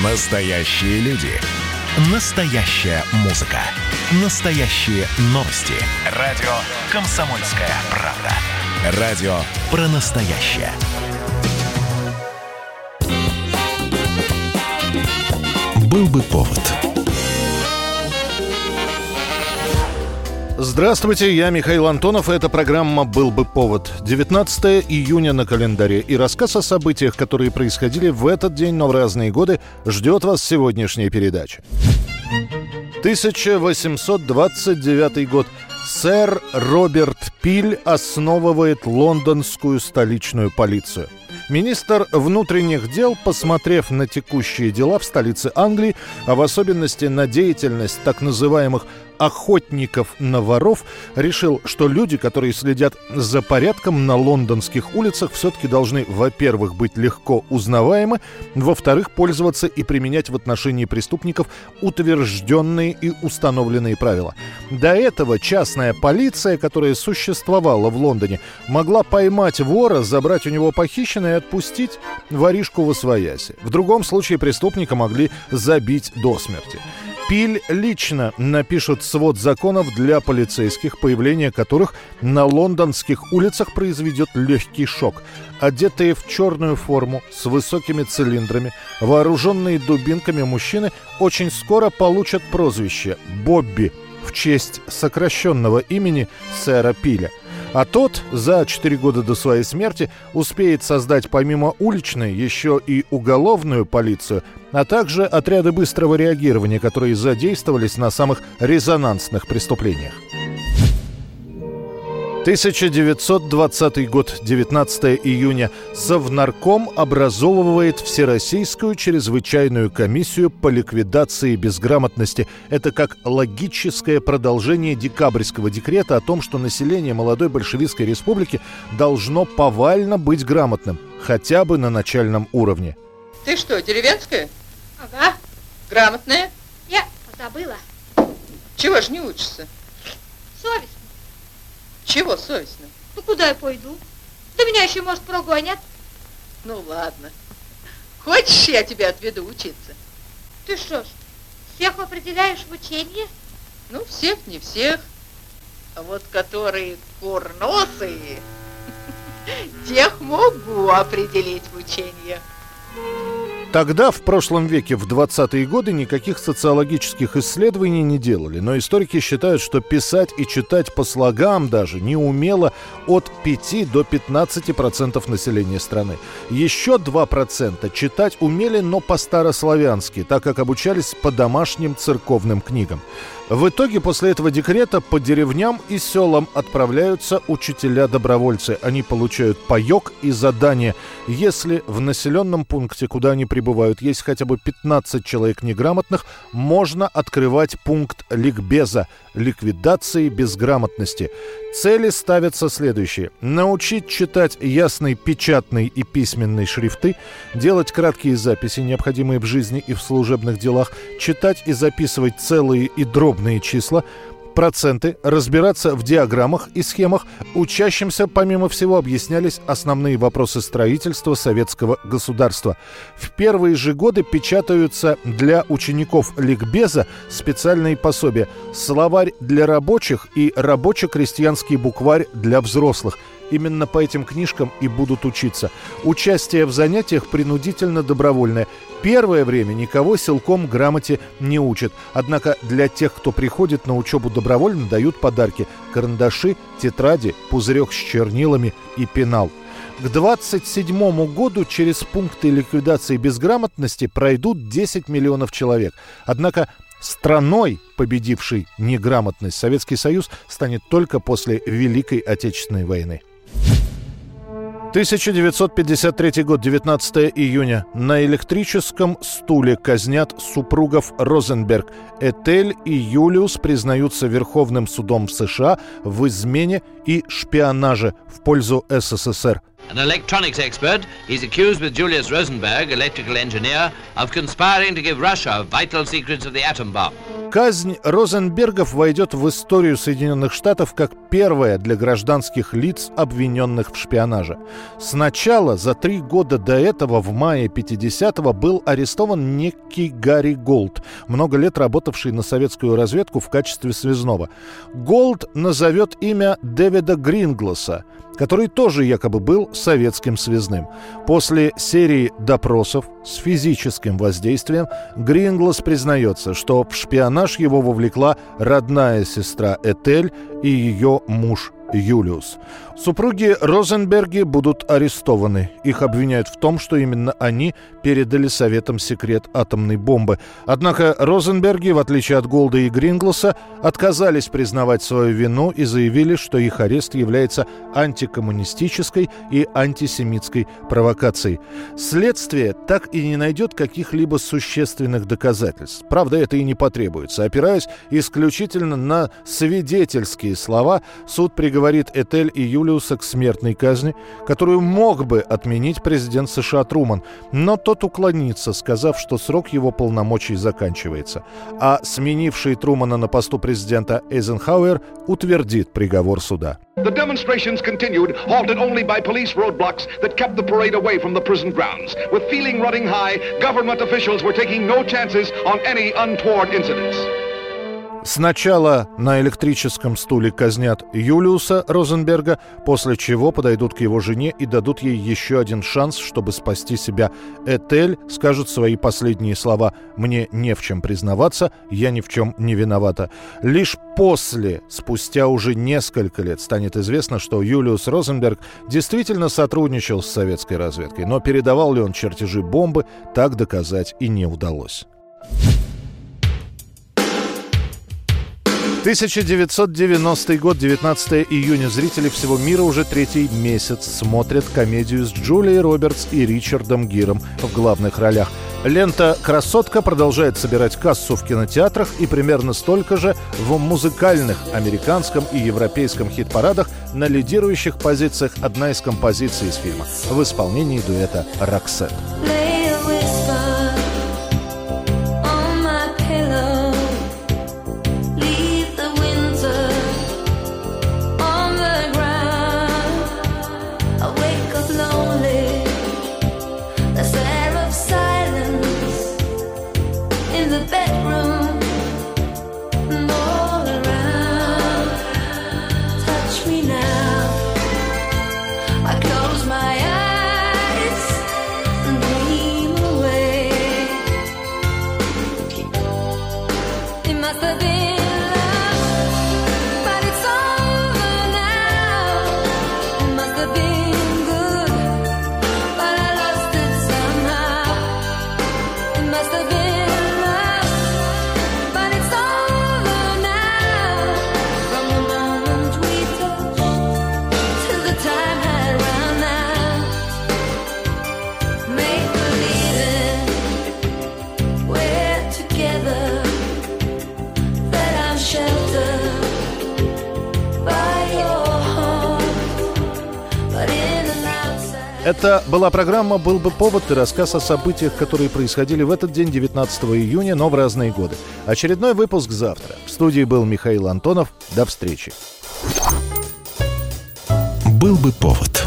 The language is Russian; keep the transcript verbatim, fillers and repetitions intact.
Настоящие люди. Настоящая музыка. Настоящие новости. Радио «Комсомольская правда». Радио про настоящее. Был бы повод. Здравствуйте, я Михаил Антонов, и эта программа «Был бы повод». девятнадцатое июня на календаре, и рассказ о событиях, которые происходили в этот день, но в разные годы, ждет вас сегодняшняя передача. тысяча восемьсот двадцать девятый год. Сэр Роберт Пиль основывает лондонскую столичную полицию. Министр внутренних дел, посмотрев на текущие дела в столице Англии, а в особенности на деятельность так называемых охотников на воров, решил, что люди, которые следят за порядком на лондонских улицах, все-таки должны, во-первых, быть легко узнаваемы, во-вторых, пользоваться и применять в отношении преступников утвержденные и установленные правила. До этого частная полиция, которая существовала в Лондоне, могла поймать вора, забрать у него похищенное и отпустить воришку восвояси. В другом случае преступника могли забить до смерти. Пиль лично напишет свод законов для полицейских, появление которых на лондонских улицах произведет легкий шок. Одетые в черную форму, с высокими цилиндрами, вооруженные дубинками мужчины очень скоро получат прозвище «Бобби» в честь сокращенного имени сэра Пиля. А тот за четыре года до своей смерти успеет создать помимо уличной еще и уголовную полицию, а также отряды быстрого реагирования, которые задействовались на самых резонансных преступлениях. тысяча девятьсот двадцатый год, девятнадцатое июня. Совнарком образовывает Всероссийскую чрезвычайную комиссию по ликвидации безграмотности. Это как логическое продолжение декабрьского декрета о том, что население молодой большевистской республики должно повально быть грамотным, хотя бы на начальном уровне. Ты что, деревенская? Ага. Грамотная? Я забыла. Чего ж не учишься? Совестно. Чего совестно? Ну, куда я пойду? Да меня еще, может, прогонят. Ну, ладно. Хочешь, я тебя отведу учиться? Ты что ж, всех определяешь в учение? Ну, всех, не всех. А вот которые курносые, тех могу определить в учение. Тогда, в прошлом веке, в двадцатые годы, никаких социологических исследований не делали. Но историки считают, что писать и читать по слогам даже не умело от пяти до пятнадцати процентов населения страны. Еще два процента читать умели, но по-старославянски, так как обучались по домашним церковным книгам. В итоге после этого декрета по деревням и селам отправляются учителя-добровольцы. Они получают паёк и задание. Если в населенном пункте, куда они прибывают, есть хотя бы пятнадцать человек неграмотных, можно открывать пункт ликбеза – ликвидации безграмотности. Цели ставятся следующие. Научить читать ясные печатные и письменные шрифты, делать краткие записи, необходимые в жизни и в служебных делах, читать и записывать целые и дробные числа, проценты, разбираться в диаграммах и схемах. Учащимся, помимо всего, объяснялись основные вопросы строительства советского государства. В первые же годы печатаются для учеников ликбеза специальные пособия: словарь для рабочих и рабоче-крестьянский букварь для взрослых. Именно по этим книжкам и будут учиться. Участие в занятиях принудительно-добровольное. Первое время никого силком грамоте не учат. Однако для тех, кто приходит на учебу добровольно, дают подарки: карандаши, тетради, пузырек с чернилами и пенал. К двадцать седьмому году через пункты ликвидации безграмотности пройдут десять миллионов человек. Однако страной, победившей неграмотность, Советский Союз станет только после Великой Отечественной войны. тысяча девятьсот пятьдесят третий год, девятнадцатое июня. На электрическом стуле казнят супругов Розенберг. Этель и Юлиус признаются Верховным судом США в измене и шпионаже в пользу СССР. An electronics expert, he's accused with Julius Rosenberg, electrical engineer, of conspiring to give Russia vital secrets of the atom bomb. Казнь Розенбергов войдет в историю Соединенных Штатов как первая для гражданских лиц, обвиненных в шпионаже. Сначала, за три года до этого, в мае пятидесятого, был арестован некий Гарри Голд, много лет работавший на советскую разведку в качестве связного. Голд назовет имя Дэвида Грингласа, который тоже якобы был советским связным. После серии допросов с физическим воздействием Гринглас признается, что в шпионаж его вовлекла родная сестра Этель и ее муж Юлиус. Супруги Розенберги будут арестованы. Их обвиняют в том, что именно они передали Советам секрет атомной бомбы. Однако Розенберги, в отличие от Голда и Грингласа, отказались признавать свою вину и заявили, что их арест является антикоммунистической и антисемитской провокацией. Следствие так и не найдет каких-либо существенных доказательств. Правда, это и не потребуется. Опираясь исключительно на свидетельские слова, суд приговорил говорит Этель и Юлиуса к смертной казни, которую мог бы отменить президент США Труман, но тот уклонится, сказав, что срок его полномочий заканчивается. А сменивший Трумана на посту президента Эйзенхауэр утвердит приговор суда. The demonstrations continued, halted only by police roadblocks that kept the parade away from the prison grounds. With feeling running high, government officials were taking no chances on any untoward incidents. Сначала на электрическом стуле казнят Юлиуса Розенберга, после чего подойдут к его жене и дадут ей еще один шанс, чтобы спасти себя. Этель скажет свои последние слова: «Мне не в чем признаваться, я ни в чем не виновата». Лишь после, спустя уже несколько лет, станет известно, что Юлиус Розенберг действительно сотрудничал с советской разведкой, но передавал ли он чертежи бомбы, так доказать и не удалось. тысяча девятьсот девяностый год, девятнадцатое июня. Зрители всего мира уже третий месяц смотрят комедию с Джулией Робертс и Ричардом Гиром в главных ролях. Лента «Красотка» продолжает собирать кассу в кинотеатрах и примерно столько же в музыкальных американском и европейском хит-парадах. На лидирующих позициях одна из композиций из фильма в исполнении дуэта «Роксет». Это была программа «Был бы повод» и рассказ о событиях, которые происходили в этот день, девятнадцатого июня, но в разные годы. Очередной выпуск завтра. В студии был Михаил Антонов. До встречи. «Был бы повод».